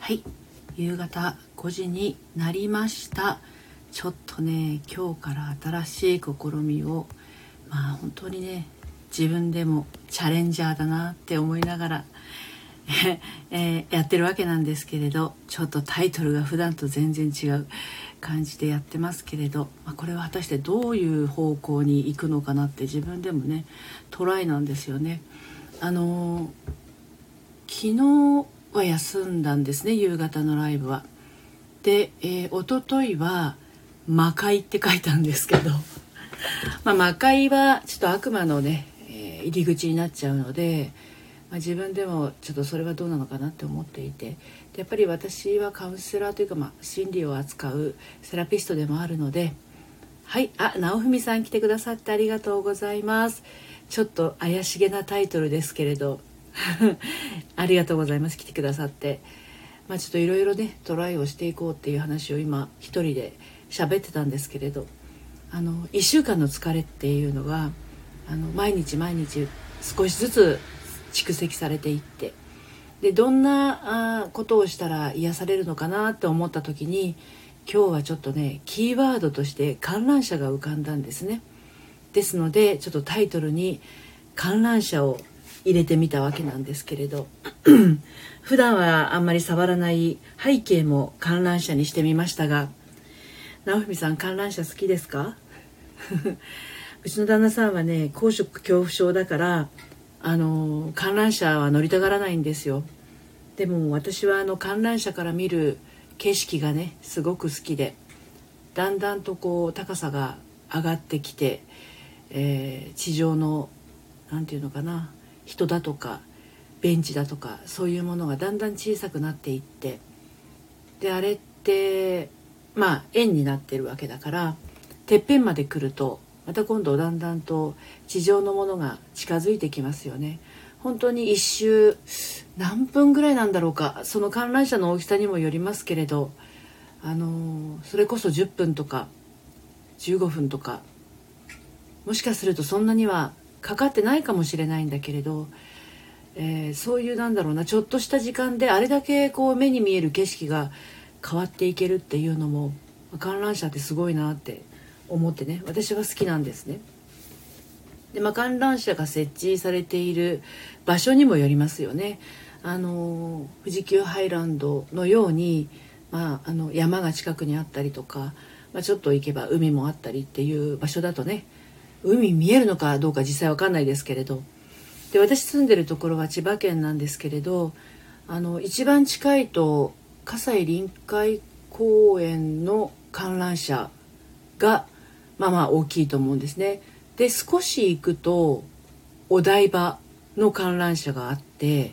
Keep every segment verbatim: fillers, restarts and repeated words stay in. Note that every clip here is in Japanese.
はい、夕方ごじになりました。ちょっとね、今日から新しい試みを、まあ本当にね、自分でもチャレンジャーだなって思いながらえー、やってるわけなんですけれど、ちょっとタイトルが普段と全然違う感じでやってますけれど、まあ、これは果たしてどういう方向に行くのかなって自分でもねトライなんですよね。あのー、昨日は休んだんですね、夕方のライブは。で、えー、一昨日は魔界って書いたんですけどまあ魔界はちょっと悪魔のね、えー、入り口になっちゃうので、まあ、自分でもちょっとそれはどうなのかなって思っていて、でやっぱり私はカウンセラーというか、まあ、心理を扱うセラピストでもあるので、はい、あ、直文さん来てくださってありがとうございます。ちょっと怪しげなタイトルですけれどありがとうございます、来てくださって。まあ、ちょっといろいろねトライをしていこうっていう話を今一人で喋ってたんですけれど、あのいっしゅうかんの疲れっていうのがあの毎日毎日少しずつ蓄積されていって、でどんなあことをしたら癒されるのかなって思った時に、今日はちょっとねキーワードとして観覧車が浮かんだんですね。ですのでちょっとタイトルに観覧車を入れてみたわけなんですけれど普段はあんまり触らない背景も観覧車にしてみましたが、直文さん観覧車好きですかうちの旦那さんはね高所恐怖症だからあの観覧車は乗りたがらないんですよ。でも私はあの観覧車から見る景色がねすごく好きで、だんだんとこう高さが上がってきて、えー、地上のなんていうのかな、人だとかベンチだとかそういうものがだんだん小さくなっていって、であれってまあ円になってるわけだから、てっぺんまで来るとまた今度だんだんと地上のものが近づいてきますよね。本当に一周何分ぐらいなんだろうか、その観覧車の大きさにもよりますけれど、あのそれこそじゅっぷんとかじゅうごふんとか、もしかするとそんなにはかかってないかもしれないんだけれど、えー、そういうなんだろうな、ちょっとした時間であれだけこう目に見える景色が変わっていけるっていうのも観覧車ってすごいなって思ってね、私は好きなんですね。で、まあ、観覧車が設置されている場所にもよりますよね。あの富士急ハイランドのように、まあ、あの山が近くにあったりとか、まあ、ちょっと行けば海もあったりっていう場所だとね、海見えるのかどうか実際わかんないですけれど、で私住んでるところは千葉県なんですけれど、あの一番近いと葛西臨海公園の観覧車がまあまあ大きいと思うんですね。で少し行くとお台場の観覧車があって、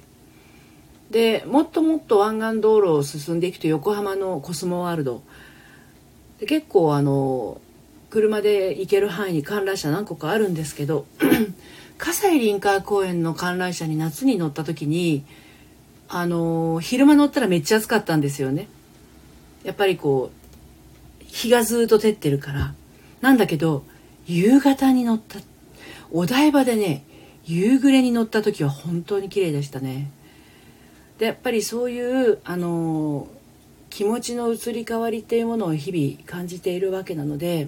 でもっともっと湾岸道路を進んでいくと横浜のコスモワールドで、結構あの車で行ける範囲に観覧車何個かあるんですけど葛西臨海公園の観覧車に夏に乗った時に、あの昼間乗ったらめっちゃ暑かったんですよね。やっぱりこう日がずっと照ってるから。なんだけど夕方に乗ったお台場でね、夕暮れに乗った時は本当に綺麗でしたね。でやっぱりそういうあの気持ちの移り変わりっていうものを日々感じているわけなので、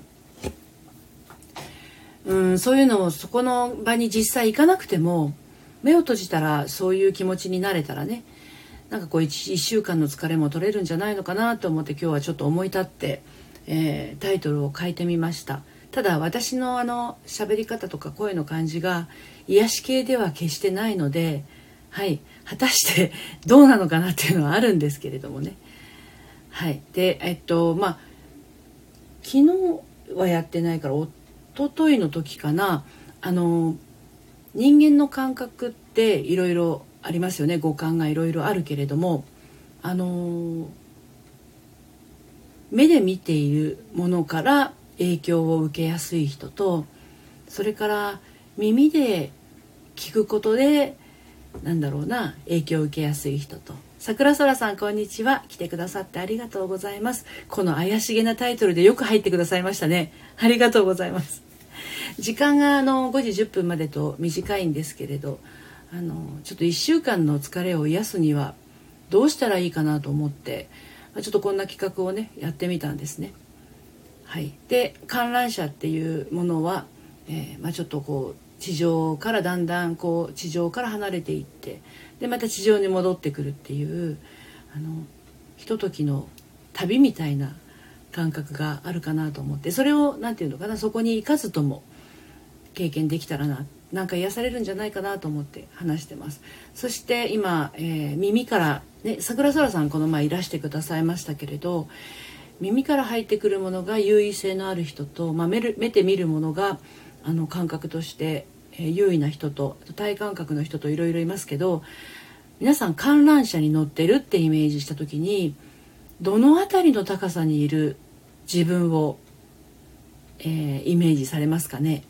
うん、そういうのをそこの場に実際行かなくても目を閉じたらそういう気持ちになれたらね、なんかこう 1, 1週間の疲れも取れるんじゃないのかなと思って今日はちょっと思い立って、えー、タイトルを変えてみました。ただ私のあの喋り方とか声の感じが癒し系では決してないので、はい、果たしてどうなのかなっていうのはあるんですけれどもね。はい、でえっとまあ昨日はやってないからお一昨日の時かな、あの人間の感覚っていろいろありますよね。五感がいろいろあるけれども、あの目で見ているものから影響を受けやすい人と、それから耳で聞くことでなんだろうな影響を受けやすい人と。桜空さんこんにちは、来てくださってありがとうございます。この怪しげなタイトルでよく入ってくださいましたね。ありがとうございます。時間があのごじじゅっぷんまでと短いんですけれど、あのちょっといっしゅうかんの疲れを癒すにはどうしたらいいかなと思って、ちょっとこんな企画をねやってみたんですね。はい、で観覧車っていうものは、えーまあ、ちょっとこう地上からだんだんこう地上から離れていって、でまた地上に戻ってくるっていうあのひとときの旅みたいな感覚があるかなと思って、それをなんていうのかな、そこに行かずとも経験できたらな、なんか癒されるんじゃないかなと思って話してます。そして今、えー、耳からね、桜空さんこの前いらしてくださいましたけれど、耳から入ってくるものが優位性のある人と、まあ、目, 目で見るものがあの感覚として、えー、優位な人と体感覚の人といろいろいますけど、皆さん観覧車に乗ってるってイメージした時に、どの辺りの高さにいる自分を、えー、イメージされますかね。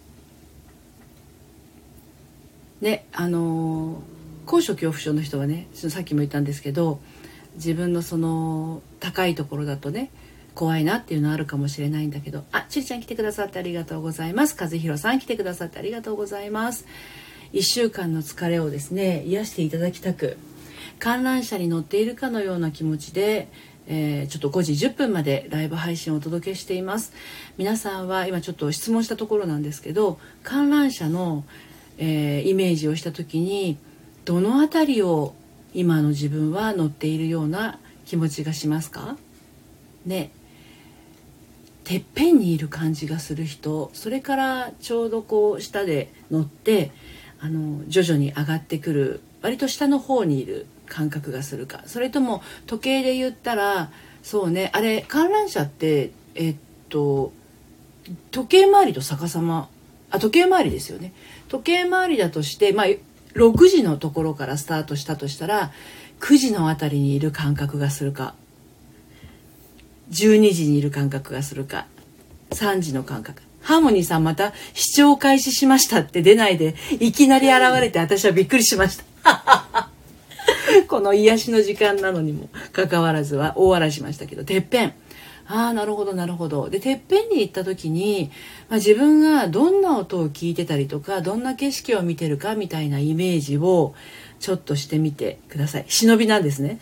ね、あのー、高所恐怖症の人はね、さっきも言ったんですけど、自分のその高いところだとね怖いなっていうのはあるかもしれないんだけど、あ、ちりちゃん来てくださってありがとうございます。和弘さん来てくださってありがとうございます。いっしゅうかんの疲れをですね癒していただきたく、観覧車に乗っているかのような気持ちで、えー、ちょっとごじじゅっぷんまでライブ配信をお届けしています。皆さんは今ちょっと質問したところなんですけど、観覧車のえー、イメージをした時にどのあたりを今の自分は乗っているような気持ちがしますかね。てっぺんにいる感じがする人、それからちょうどこう下で乗ってあの徐々に上がってくる割と下の方にいる感覚がするか、それとも時計で言ったらそうね、あれ観覧車ってえっと時計回りと逆さま、あ、時計回りですよね。時計回りだとして、まあ、ろくじのところからスタートしたとしたらくじのあたりにいる感覚がするか、じゅうにじにいる感覚がするか、さんじの感覚。ハーモニーさんまた視聴開始しましたって出ないでいきなり現れて私はびっくりしましたこの癒しの時間なのにもかかわらずは大笑いしましたけど、てっぺん、ああなるほどなるほど。でてっぺんに行った時に、まあ、自分がどんな音を聞いてたりとかどんな景色を見てるかみたいなイメージをちょっとしてみてください。忍びなんですね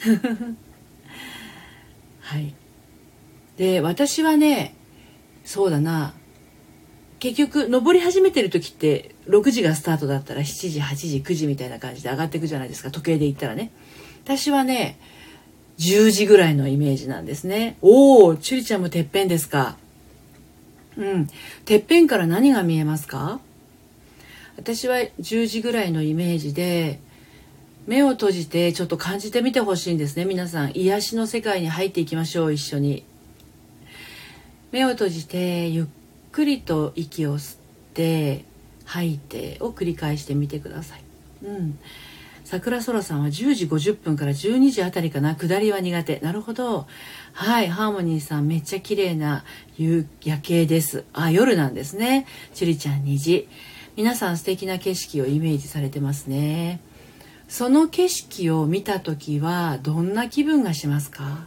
はいで私はね、そうだな、結局登り始めてる時ってろくじがスタートだったらしちじはちじくじみたいな感じで上がっていくじゃないですか、時計で言ったらね。私はねじゅうじぐらいのイメージなんですね。おお、ちゅりちゃんもてっぺんですか。うん、てっぺんから何が見えますか。私はじゅうじぐらいのイメージで、目を閉じてちょっと感じてみてほしいんですね。皆さん癒しの世界に入っていきましょう。一緒に目を閉じてゆっくりと息を吸って吐いてを繰り返してみてください。うん桜空さんはじゅうじごじゅっぷんからじゅうにじあたりかな。下りは苦手。なるほど。はい。ハーモニーさんめっちゃ綺麗な夕夜景です。あ、夜なんですね。ちゅりちゃんにじ。皆さん素敵な景色をイメージされてますね。その景色を見た時はどんな気分がしますか。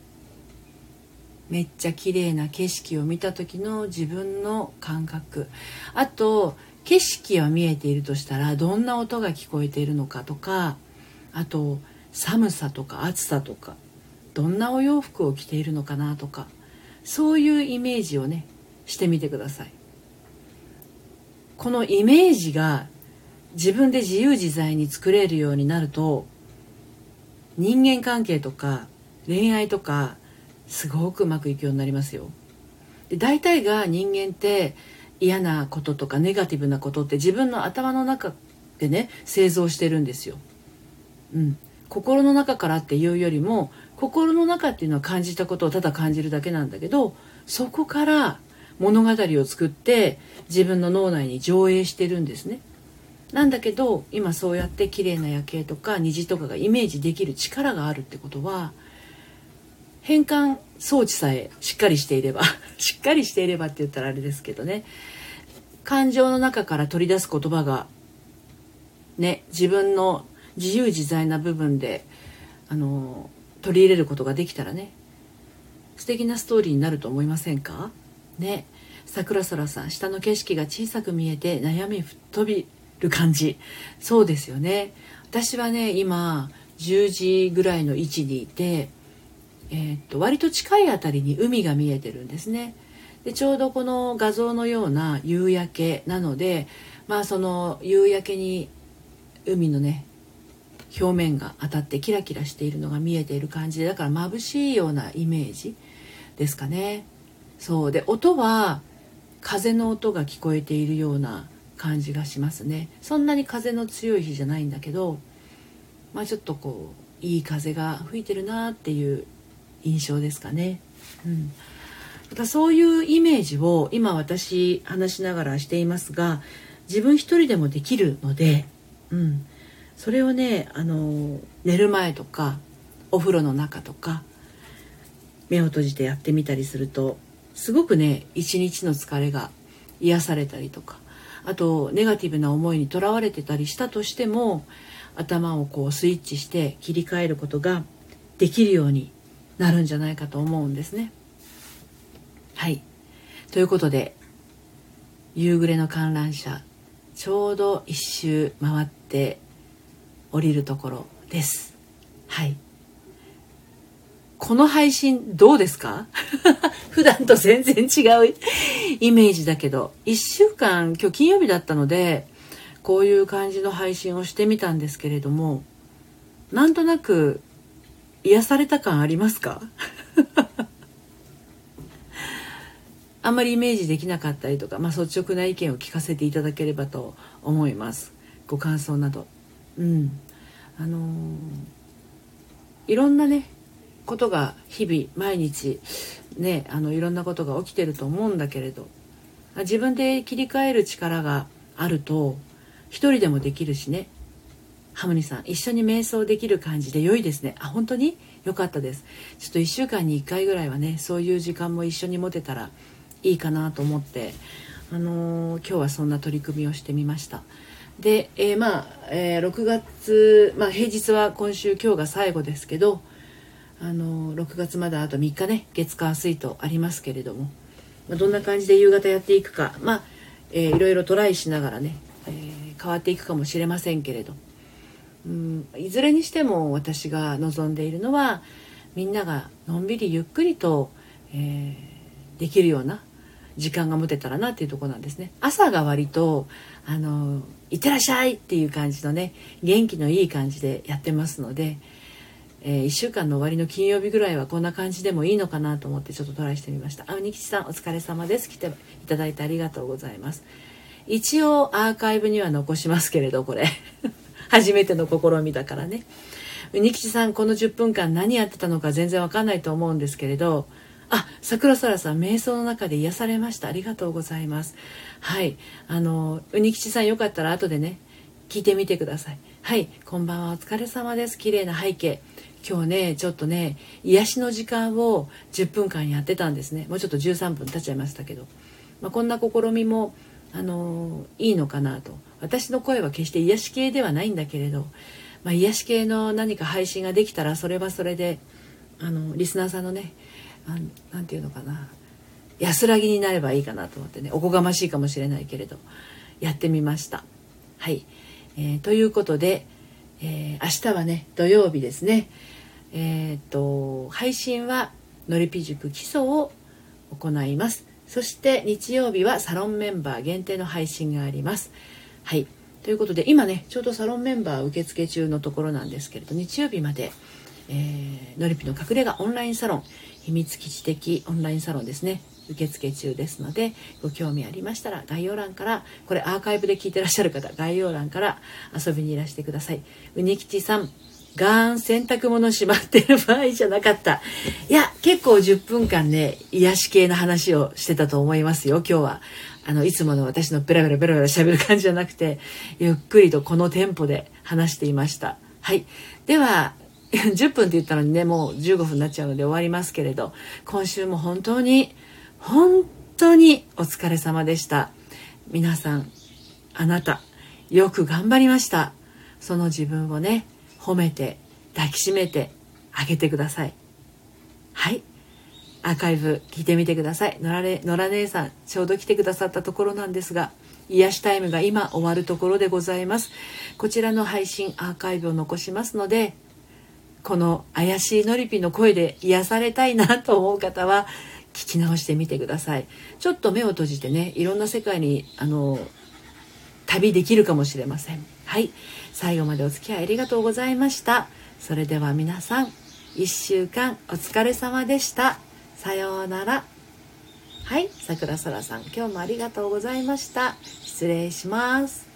めっちゃ綺麗な景色を見た時の自分の感覚。あと景色は見えているとしたらどんな音が聞こえているのかとか、あと寒さとか暑さとかどんなお洋服を着ているのかなとか、そういうイメージをねしてみてください。このイメージが自分で自由自在に作れるようになると、人間関係とか恋愛とかすごくうまくいくようになりますよ。で大体が人間って嫌なこととかネガティブなことって自分の頭の中でね製造してるんですよ。うん、心の中からっていうよりも、心の中っていうのは感じたことをただ感じるだけなんだけど、そこから物語を作って自分の脳内に上映してるんですね。なんだけど今そうやって綺麗な夜景とか虹とかがイメージできる力があるってことは、変換装置さえしっかりしていればしっかりしていればって言ったらあれですけどね、感情の中から取り出す言葉がね、自分の自由自在な部分であの取り入れることができたらね、素敵なストーリーになると思いませんかね。桜空さん、下の景色が小さく見えて悩み吹っ飛びる感じ。そうですよね。私はね今じゅうじぐらいの位置にいて、えー、っと割と近いあたりに海が見えてるんですね。でちょうどこの画像のような夕焼けなので、まあその夕焼けに海のね表面が当たってキラキラしているのが見えている感じで、だから眩しいようなイメージですかね。そうで、音は風の音が聞こえているような感じがしますね。そんなに風の強い日じゃないんだけど、まあちょっとこういい風が吹いてるなっていう印象ですかね。うん、だからそういうイメージを今私話しながらしていますが、自分一人でもできるので、うん、それをね、あの寝る前とかお風呂の中とか目を閉じてやってみたりすると、すごくね一日の疲れが癒されたりとか、あとネガティブな思いにとらわれてたりしたとしても、頭をこうスイッチして切り替えることができるようになるんじゃないかと思うんですね。はい、ということで夕暮れの観覧車ちょうど一周回って降りるところです。はい、この配信どうですか？普段と全然違うイメージだけど、いっしゅうかん今日金曜日だったのでこういう感じの配信をしてみたんですけれども、なんとなく癒された感ありますか？あんまりイメージできなかったりとか、まあ、率直な意見を聞かせていただければと思います。ご感想など、うんあのー、いろんなねことが日々毎日ね、あのいろんなことが起きてると思うんだけれど、自分で切り替える力があると一人でもできるしね。ハムニさん、一緒に瞑想できる感じで良いですね。あ、本当に良かったです。ちょっといっしゅうかんにいっかいぐらいはね、そういう時間も一緒に持てたらいいかなと思って、あのー、今日はそんな取り組みをしてみました。で、えー、まあ、えー、ろくがつ、まあ、平日は今週今日が最後ですけど、あのー、ろくがつまであとみっかね、月火水とありますけれども、まあ、どんな感じで夕方やっていくか、まあ、えー、いろいろトライしながらね、えー、変わっていくかもしれませんけれど、うん、いずれにしても私が望んでいるのは、みんながのんびりゆっくりと、えー、できるような時間が持てたらなっていうところなんですね。朝が割とあのいってらっしゃいっていう感じのね、元気のいい感じでやってますので、えー、いっしゅうかんの終わりの金曜日ぐらいはこんな感じでもいいのかなと思ってちょっとトライしてみました。あ、にきちさんお疲れ様です。来ていただいてありがとうございます。一応アーカイブには残しますけれど、これ初めての試みだからね。うにきちさん、このじゅっぷんかん何やってたのか全然わかんないと思うんですけれど、あ、桜空さん、瞑想の中で癒されました。ありがとうございます。はい、あのうにきちさん、よかったら後でね聞いてみてください。はい、こんばんは、お疲れ様です。綺麗な背景。今日ねちょっとね癒しの時間をじゅっぷんかんやってたんですね。もうちょっとじゅうさんぷん経っちゃいましたけど、まあ、こんな試みもあのいいのかなと。私の声は決して癒し系ではないんだけれど、まあ、癒し系の何か配信ができたらそれはそれで、あのリスナーさんのね、あなんていうのかな、安らぎになればいいかなと思ってね、おこがましいかもしれないけれどやってみました。はい、えー、ということで、えー、明日はね土曜日ですね。えー、っと配信はのりぴ塾基礎を行います。そして日曜日はサロンメンバー限定の配信があります。はい、ということで今ねちょうどサロンメンバー受付中のところなんですけれど、日曜日まで、えー、のりぴの隠れ家オンラインサロン、秘密基地的オンラインサロンですね、受付中ですので、ご興味ありましたら概要欄から、これアーカイブで聞いてらっしゃる方、概要欄から遊びにいらしてください。うにきちさん、ガーン洗濯物しまってる場合じゃなかった。いや結構じゅっぷんかんね癒し系の話をしてたと思いますよ。今日はあのいつもの私のベラベラベラベラ喋る感じじゃなくて、ゆっくりとこのテンポで話していました。はい、ではじゅっぷんって言ったのにねもうじゅうごふんになっちゃうので終わりますけれど、今週も本当に本当にお疲れ様でした。皆さん、あなたよく頑張りました。その自分をね褒めて抱きしめてあげてください。はい、アーカイブ聞いてみてください。のられのら姉さんちょうど来てくださったところなんですが、癒しタイムが今終わるところでございます。こちらの配信アーカイブを残しますので、 この怪しいのりぴの声で癒されたいなと思う方は聞き直してみてください。ちょっと目を閉じてね、いろんな世界にあの旅できるかもしれません。はい、最後までお付き合いありがとうございました。それでは皆さん、いっしゅうかんお疲れ様でした。さようなら。はい、さくらそらさん、今日もありがとうございました。失礼します。